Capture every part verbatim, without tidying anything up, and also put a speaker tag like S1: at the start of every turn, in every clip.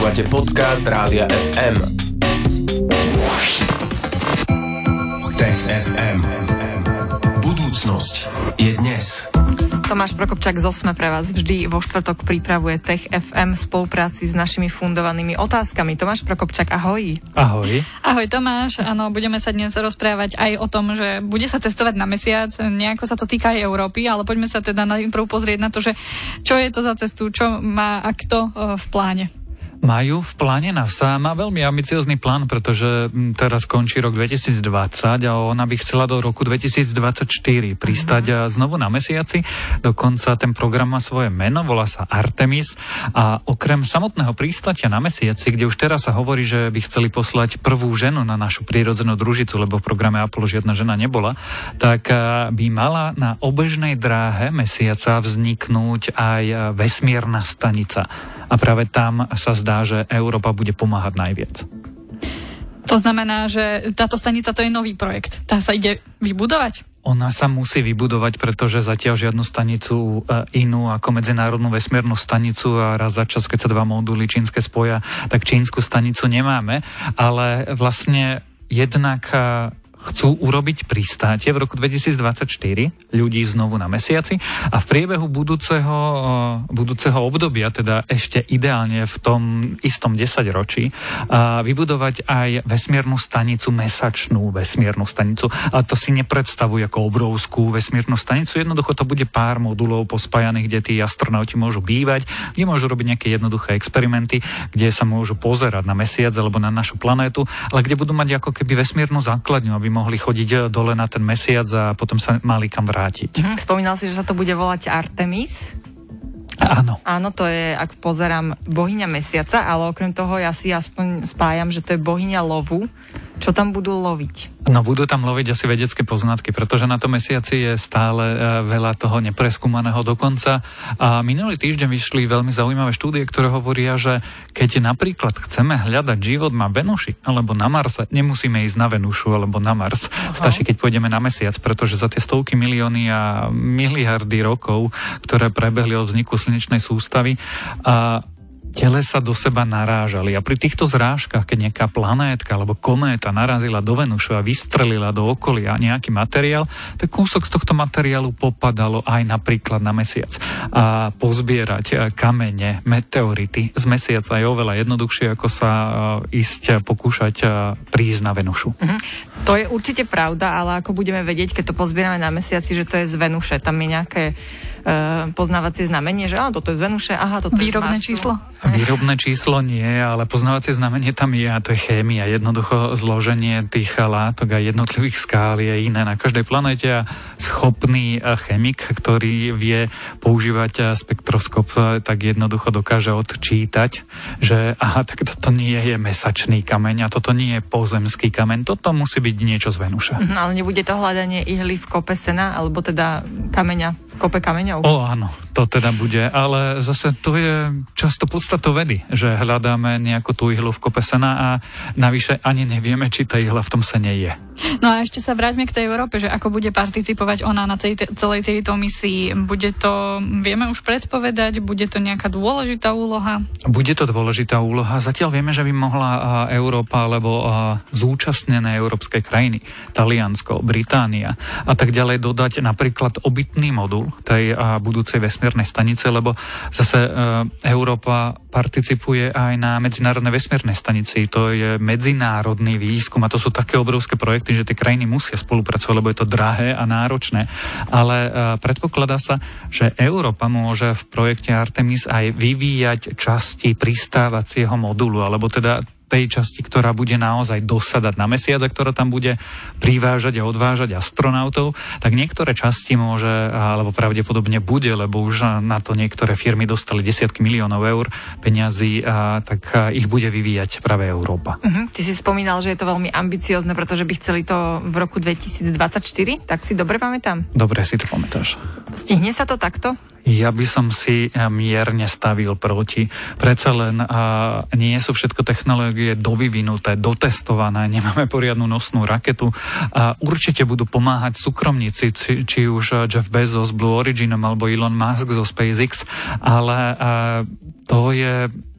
S1: Počúvate podcast Rádia ef em. Tech ef em. Budúcnosť je dnes.
S2: Tomáš Prokopčák z Osme pre vás vždy vo štvrtok pripravuje Tech ef em v spolupráci s našimi fundovanými otázkami. Tomáš Prokopčák, ahoj.
S3: Ahoj.
S4: Ahoj Tomáš, áno, budeme sa dnes rozprávať aj o tom, že bude sa testovať na mesiac, nejako sa to týka aj Európy, ale poďme sa teda najprv pozrieť na to, že čo je to za cestu, čo má a kto v pláne.
S3: Majú v pláne NASA, má veľmi ambiciózny plán, pretože teraz končí rok dvetisícdvadsať a ona by chcela do roku dvetisícdvadsaťštyri pristať mm-hmm. znovu na mesiaci. Dokonca ten program má svoje meno, volá sa Artemis a okrem samotného pristátia na mesiaci, kde už teraz sa hovorí, že by chceli poslať prvú ženu na našu prírodzenú družicu, lebo v programe Apollo žiadna žena nebola, tak by mala na obežnej dráhe mesiaca vzniknúť aj vesmírna stanica. A práve tam sa zdá, že Európa bude pomáhať najviac.
S4: To znamená, že táto stanica to je nový projekt. Tá sa ide vybudovať?
S3: Ona sa musí vybudovať, pretože zatiaľ žiadnu stanicu inú ako medzinárodnú vesmírnu stanicu a raz za čas, keď sa dva moduly čínske spoja, tak čínsku stanicu nemáme. Ale vlastne jednak chcú urobiť pristátie v roku dvetisícdvadsaťštyri ľudí znovu na mesiaci a v priebehu budúceho, budúceho obdobia, teda ešte ideálne v tom istom desaťročí, vybudovať aj vesmírnu stanicu, mesačnú vesmírnu stanicu. A to si nepredstavujú ako obrovskú vesmírnu stanicu. Jednoducho to bude pár modulov pospájaných, kde tí astronauti môžu bývať, kde môžu robiť nejaké jednoduché experimenty, kde sa môžu pozerať na mesiac alebo na našu planétu, ale kde budú mať ako keby vesmírnu základňu, aby mohli chodiť dole na ten mesiac a potom sa mali kam vrátiť.
S2: Mhm. Spomínal si, že sa to bude volať Artemis?
S3: Áno.
S2: Áno, to je, ak pozerám, bohyňa mesiaca, ale okrem toho ja si aspoň spájam, že to je bohyňa lovu. Čo tam budú loviť?
S3: No budú tam loviť asi vedecké poznatky, pretože na tom mesiaci je stále veľa toho nepreskúmaného dokonca. A minulý týždeň vyšli veľmi zaujímavé štúdie, ktoré hovoria, že keď napríklad chceme hľadať život na Venuši alebo na Marse, nemusíme ísť na Venušu alebo na Mars. Aha. Stačí, keď pôjdeme na mesiac, pretože za tie stovky milióny a miliardy rokov, ktoré prebehli od vzniku slnečnej sústavy, a telesa do seba narážali. A pri týchto zrážkach, keď nejaká planétka alebo kométa narazila do Venušu a vystrelila do okolia nejaký materiál, tak kúsok z tohto materiálu popadalo aj napríklad na mesiac. A pozbierať kamene, meteority z mesiaca je oveľa jednoduchšie, ako sa ísť pokúšať prísť na Venušu.
S2: Mhm. To je určite pravda, ale ako budeme vedieť, keď to pozbierame na mesiaci, že to je z Venuše, tam je nejaké Uh, poznávacie znamenie, že áno, toto je z Venuše, aha, toto
S4: výrobné
S2: je z Marsu.
S4: číslo?
S3: Výrobné číslo nie, ale poznávacie znamenie tam je a to je chémia. Jednoducho zloženie tých látok a jednotlivých skál je iné na každej planéte a schopný chemik, ktorý vie používať spektroskop, tak jednoducho dokáže odčítať, že aha, tak toto nie je mesačný kameň a toto nie je pozemský kameň, toto musí byť niečo z Venuše.
S2: Mhm, ale nebude to hľadanie ihly v kope sena, alebo teda kameňa kope kameňov?
S3: O, áno, to teda bude, ale zase to je často podstatou vedy, že hľadáme nejakú tú ihlu v kope sena a navyše ani nevieme, či tá ihla v tom sene je.
S4: No a ešte sa vráťme k tej Európe, že ako bude participovať ona na tej, celej tejto misii. Bude to, vieme už predpovedať, bude to nejaká dôležitá úloha? Bude
S3: to dôležitá úloha. Zatiaľ vieme, že by mohla Európa alebo zúčastnené európske krajiny, Taliansko, Británia a tak ďalej dodať napríklad obytný modul tej budúcej vesmírnej stanice, lebo zase Európa participuje aj na medzinárodnej vesmírnej stanici. To je medzinárodný výskum a to sú také obrovské projekty, že tie krajiny musia spolupracovať, lebo je to drahé a náročné. Ale predpokladá sa, že Európa môže v projekte Artemis aj vyvíjať časti pristávacieho modulu, alebo teda tej časti, ktorá bude naozaj dosadať na mesiac a ktorá tam bude privážať a odvážať astronautov, tak niektoré časti môže, alebo pravdepodobne bude, lebo už na to niektoré firmy dostali desiatky miliónov eur peňazí, a tak ich bude vyvíjať práve Európa.
S2: Uh-huh. Ty si spomínal, že je to veľmi ambiciozne, pretože by chceli to v roku dvetisícdvadsaťštyri, tak si dobre pamätám?
S3: Dobre si to pamätáš.
S2: Stihne sa to takto?
S3: Ja by som si mierne stavil proti. Predsa len a, nie sú všetko technológie dovyvinuté, dotestované, nemáme poriadnu nosnú raketu. A určite budú pomáhať súkromníci, či, či už Jeff Bezos, Blue Originom alebo Elon Musk zo SpaceX, ale a, to je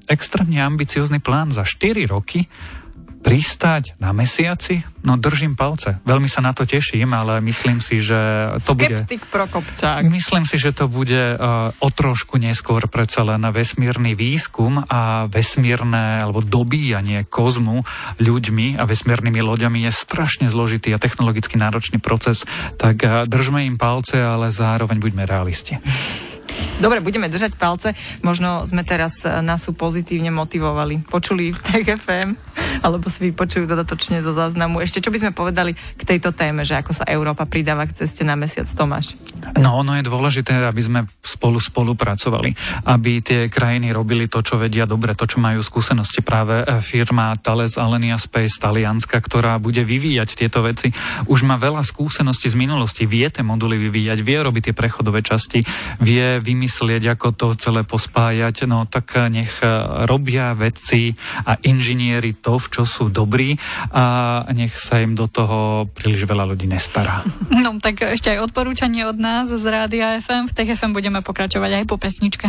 S3: extrémne ambiciózny plán za štyri roky pristáť na mesiaci. No držím palce. Veľmi sa na to teším, ale myslím si, že to bude...
S2: Skeptik Prokopčák.
S3: Myslím si, že to bude uh, o trošku neskôr predsa len vesmírny výskum a vesmírne alebo dobíjanie kozmu ľuďmi a vesmírnymi loďami je strašne zložitý a technologicky náročný proces. Tak uh, držme im palce, ale zároveň buďme realisti.
S2: Dobre, budeme držať palce. Možno sme teraz nás pozitívne motivovali. Počuli v té ef em, alebo si vypočujú dodatočne zo záznamu. Ešte čo by sme povedali k tejto téme, že ako sa Európa pridáva k ceste na mesiac, Tomáš?
S3: No, ono je dôležité, aby sme spolu spolupracovali. Aby tie krajiny robili to, čo vedia dobre, to, čo majú skúsenosti. Práve firma Thales Alenia Space Talianska, ktorá bude vyvíjať tieto veci, už má veľa skúseností z minulosti. Vie tie moduly vyvíjať, vie robiť tie prechodové časti, vie vymyslieť, ako to celé pospájať, no tak nech robia vedci a inžinieri to, v čo sú dobrí a nech sa im do toho príliš veľa ľudí nestará.
S4: No tak ešte aj odporúčanie od nás z Rádia ef em. V té ef em budeme pokračovať aj po pesničke.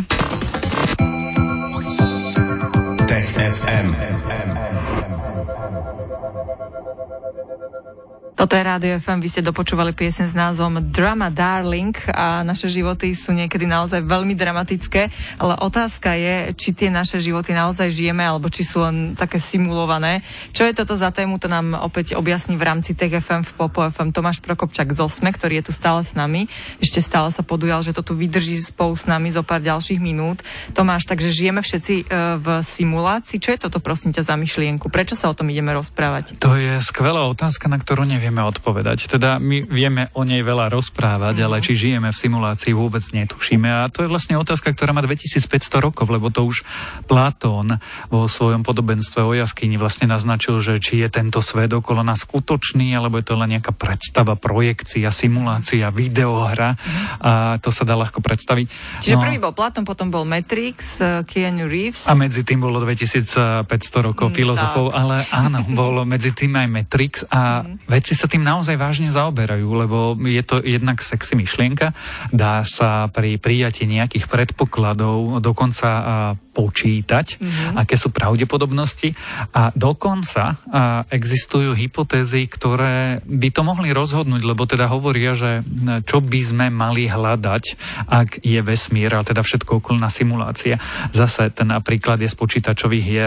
S1: Tech ef em.
S2: Toto je Rádio ef em, vy ste dopočúvali pieseň s názvom Drama Darling a naše životy sú niekedy naozaj veľmi dramatické, ale otázka je, či tie naše životy naozaj žijeme, alebo či sú len také simulované. Čo je toto za tému, to nám opäť objasní v rámci Tech ef em v Popo ef em Tomáš Prokopčák z Osme, ktorý je tu stále s nami. Ešte stále sa podujal, že to tu vydrží spolu s nami zo pár ďalších minút. Tomáš, takže žijeme všetci v simulácii. Čo je toto, prosím ťa, za myšlienku? Prečo sa o tom ideme rozprávať?
S3: To je skvelá otázka, na ktorú neviem vieme odpovedať. Teda my vieme o nej veľa rozprávať, mm. ale či žijeme v simulácii, vôbec netušíme. A to je vlastne otázka, ktorá má dvetisícpäťsto rokov, lebo to už Platón vo svojom podobenstve o jaskyni vlastne naznačil, že či je tento svet okolo nás skutočný, alebo je to len nejaká predstava, projekcia, simulácia, videohra. Mm. A to sa dá ľahko predstaviť.
S2: Čiže no, prvý bol Platón, potom bol Matrix, Keanu Reeves.
S3: A medzi tým bolo dvetisícpäťsto rokov mm, filozofov, tak. Ale áno, bolo medzi tým aj Matrix a mm. veci sa tým naozaj vážne zaoberajú, lebo je to jednak sexy myšlienka, dá sa pri prijatí nejakých predpokladov dokonca počítať, mm-hmm. aké sú pravdepodobnosti a dokonca a, existujú hypotézy, ktoré by to mohli rozhodnúť, lebo teda hovoria, že čo by sme mali hľadať, ak je vesmír, ale teda všetko okolná simulácia. Zase ten príklad je z počítačových hier.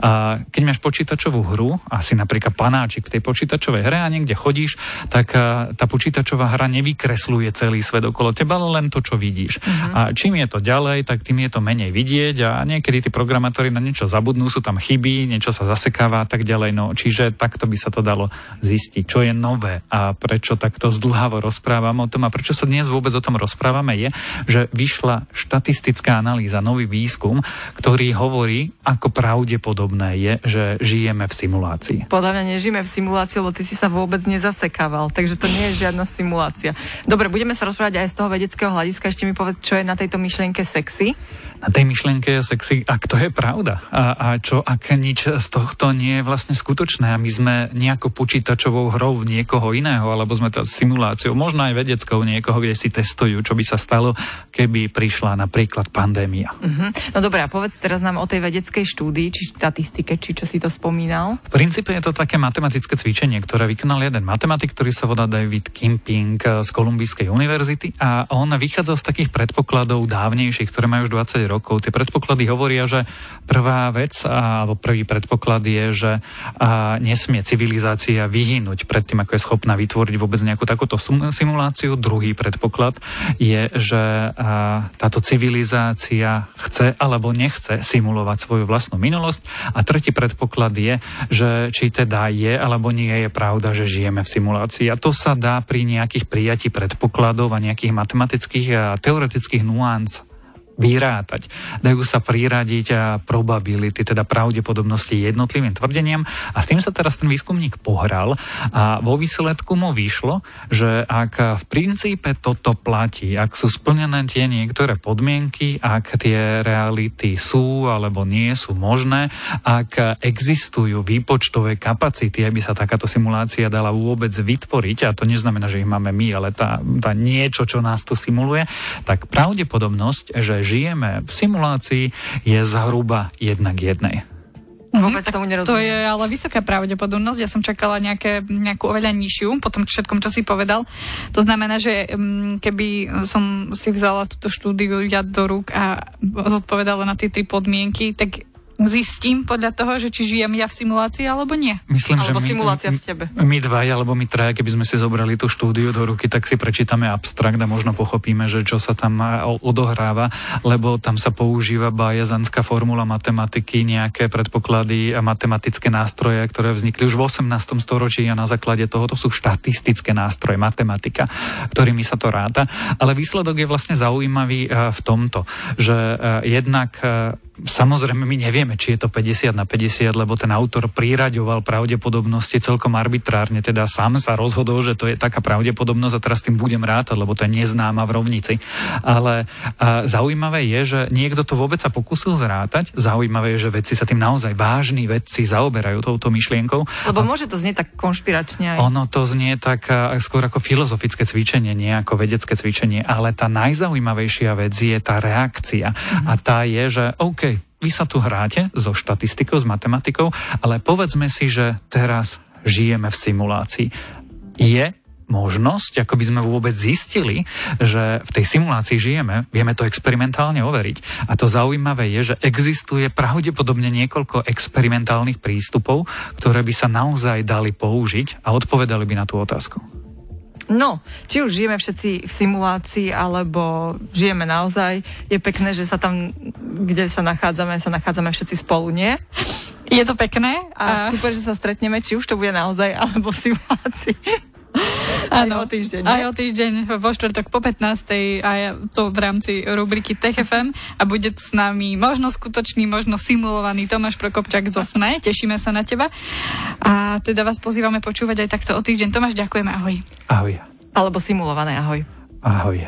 S3: A keď máš počítačovú hru, asi napríklad panáčik v tej počítačovej hre a niekde chodíš, tak a, tá počítačová hra nevykresluje celý svet okolo teba, len to, čo vidíš. Mm-hmm. A čím je to ďalej, tak tým je to menej vidieť a niekedy tí programátori na niečo zabudnú, sú tam chyby, niečo sa zasekáva a tak ďalej. No, čiže takto by sa to dalo zistiť, čo je nové a prečo takto zdĺhavo rozprávam o tom a prečo sa dnes vôbec o tom rozprávame je, že vyšla štatistická analýza, nový výskum, ktorý hovorí, ako pravdepodobné je, že žijeme v simulácii.
S2: Podľa mňa nežijeme v simulácii, lebo ty si sa vôbec nezasekával, takže to nie je žiadna simulácia. Dobre, budeme sa rozprávať aj z toho vedeckého hľadiska. Ešte mi povedz, čo je na tejto myšlienke sexy?
S3: Na tej myšlienke je sexy, ak to je pravda. A, a čo, ak nič z tohto nie je vlastne skutočné a my sme nejakou počítačovou hrou niekoho iného, alebo sme to simuláciou, možno aj vedeckou niekoho, kde si testujú, čo by sa stalo, keby prišla napríklad pandémia. Uh-huh.
S2: No dobré, a povedz teraz nám o tej vedeckej štúdii, či štatistike, či čo si to spomínal?
S3: V princípe je to také matematické cvičenie, ktoré vykonal jeden matematik, ktorý sa volá David Kimping z Kolumbijskej univerzity a on vychádzal z takých predpokladov dávnejších, ktoré majú už dvadsať rokov. Tie predpoklady hovoria, že prvá vec, alebo prvý predpoklad je, že a, nesmie civilizácia vyhynúť pred tým, ako je schopná vytvoriť vôbec nejakú takúto simuláciu. Druhý predpoklad je, že a, táto civilizácia chce alebo nechce simulovať svoju vlastnú minulosť. A tretí predpoklad je, že či teda je alebo nie je pravda, že žijeme v simulácii. A to sa dá pri nejakých prijatí predpokladov a nejakých matematických a teoretických nuánc vyrátať. Dajú sa priradiť a probability, teda pravdepodobnosti jednotlivým tvrdeniam a s tým sa teraz ten výskumník pohral a vo výsledku mu vyšlo, že ak v princípe toto platí, ak sú splnené tie niektoré podmienky, ak tie reality sú alebo nie sú možné, ak existujú výpočtové kapacity, aby sa takáto simulácia dala vôbec vytvoriť, a to neznamená, že ich máme my, ale tá, tá niečo, čo nás tu simuluje, tak pravdepodobnosť, že žijeme v simulácii, je zhruba jedna k jednej.
S2: Vôbec tomu nerozumiem.
S4: To je ale vysoká pravdepodobnosť. Ja som čakala nejaké, nejakú oveľa nižšiu, po tom všetkom, čo si povedal. To znamená, že keby som si vzala túto štúdiu ja do rúk a zodpovedala na tie tri podmienky, tak zistím podľa toho, že či žijem ja v simulácii alebo nie.
S3: Myslím,
S2: alebo
S3: že my,
S2: simulácia v tebe.
S3: My dvaja, alebo my traja, keby sme si zobrali tú štúdiu do ruky, tak si prečítame abstrakt a možno pochopíme, že čo sa tam odohráva, lebo tam sa používa bajezanská formula matematiky, nejaké predpoklady a matematické nástroje, ktoré vznikli už v osemnástom storočí a na základe toho to sú štatistické nástroje, matematika, ktorými sa to ráta. Ale výsledok je vlastne zaujímavý v tomto, že jednak samozrejme, my nevieme, či je to päťdesiat na päťdesiat, lebo ten autor priraďoval pravdepodobnosti celkom arbitrárne, teda sám sa rozhodol, že to je taká pravdepodobnosť a teraz tým budem rátať, lebo to je neznáma v rovnici. Ale a, zaujímavé je, že niekto to vôbec sa pokúsil zrátať. Zaujímavé je, že vedci sa tým naozaj vážni vedci zaoberajú touto myšlienkou.
S2: Lebo
S3: a,
S2: môže to znieť tak konšpiračne aj.
S3: Ono to znie tak a, skôr ako filozofické cvičenie, nie ako vedecké cvičenie, ale tá najzaujímavejšia vec je tá reakcia. Mhm. A tá je, že OK, vy sa tu hráte so štatistikou, s matematikou, ale povedzme si, že teraz žijeme v simulácii. Je možnosť, ako by sme vôbec zistili, že v tej simulácii žijeme, vieme to experimentálne overiť. A to zaujímavé je, že existuje pravdepodobne niekoľko experimentálnych prístupov, ktoré by sa naozaj dali použiť a odpovedali by na tú otázku.
S2: No, či už žijeme všetci v simulácii, alebo žijeme naozaj, je pekné, že sa tam, kde sa nachádzame, sa nachádzame všetci spolu, nie?
S4: Je to pekné.
S2: A, a super, že sa stretneme, či už to bude naozaj, alebo v simulácii.
S4: Áno,
S2: aj o týždeň.
S4: Aj o týždeň vo štvrtok po pätnástej a to v rámci rubriky Tech ef em a bude tu s nami možno skutočný, možno simulovaný Tomáš Prokopčák zo es em e. Tešíme sa na teba. A teda vás pozývame počúvať aj takto o týždeň. Tomáš, ďakujeme, ahoj.
S3: Ahoj.
S2: Alebo simulované, ahoj.
S3: Ahoj.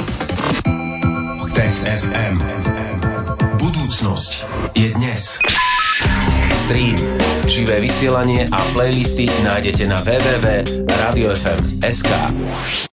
S1: Tech ef em. Budúcnosť je dnes. Stream, živé vysielanie a playlisty nájdete na w w w bodka radio f m bodka es ka.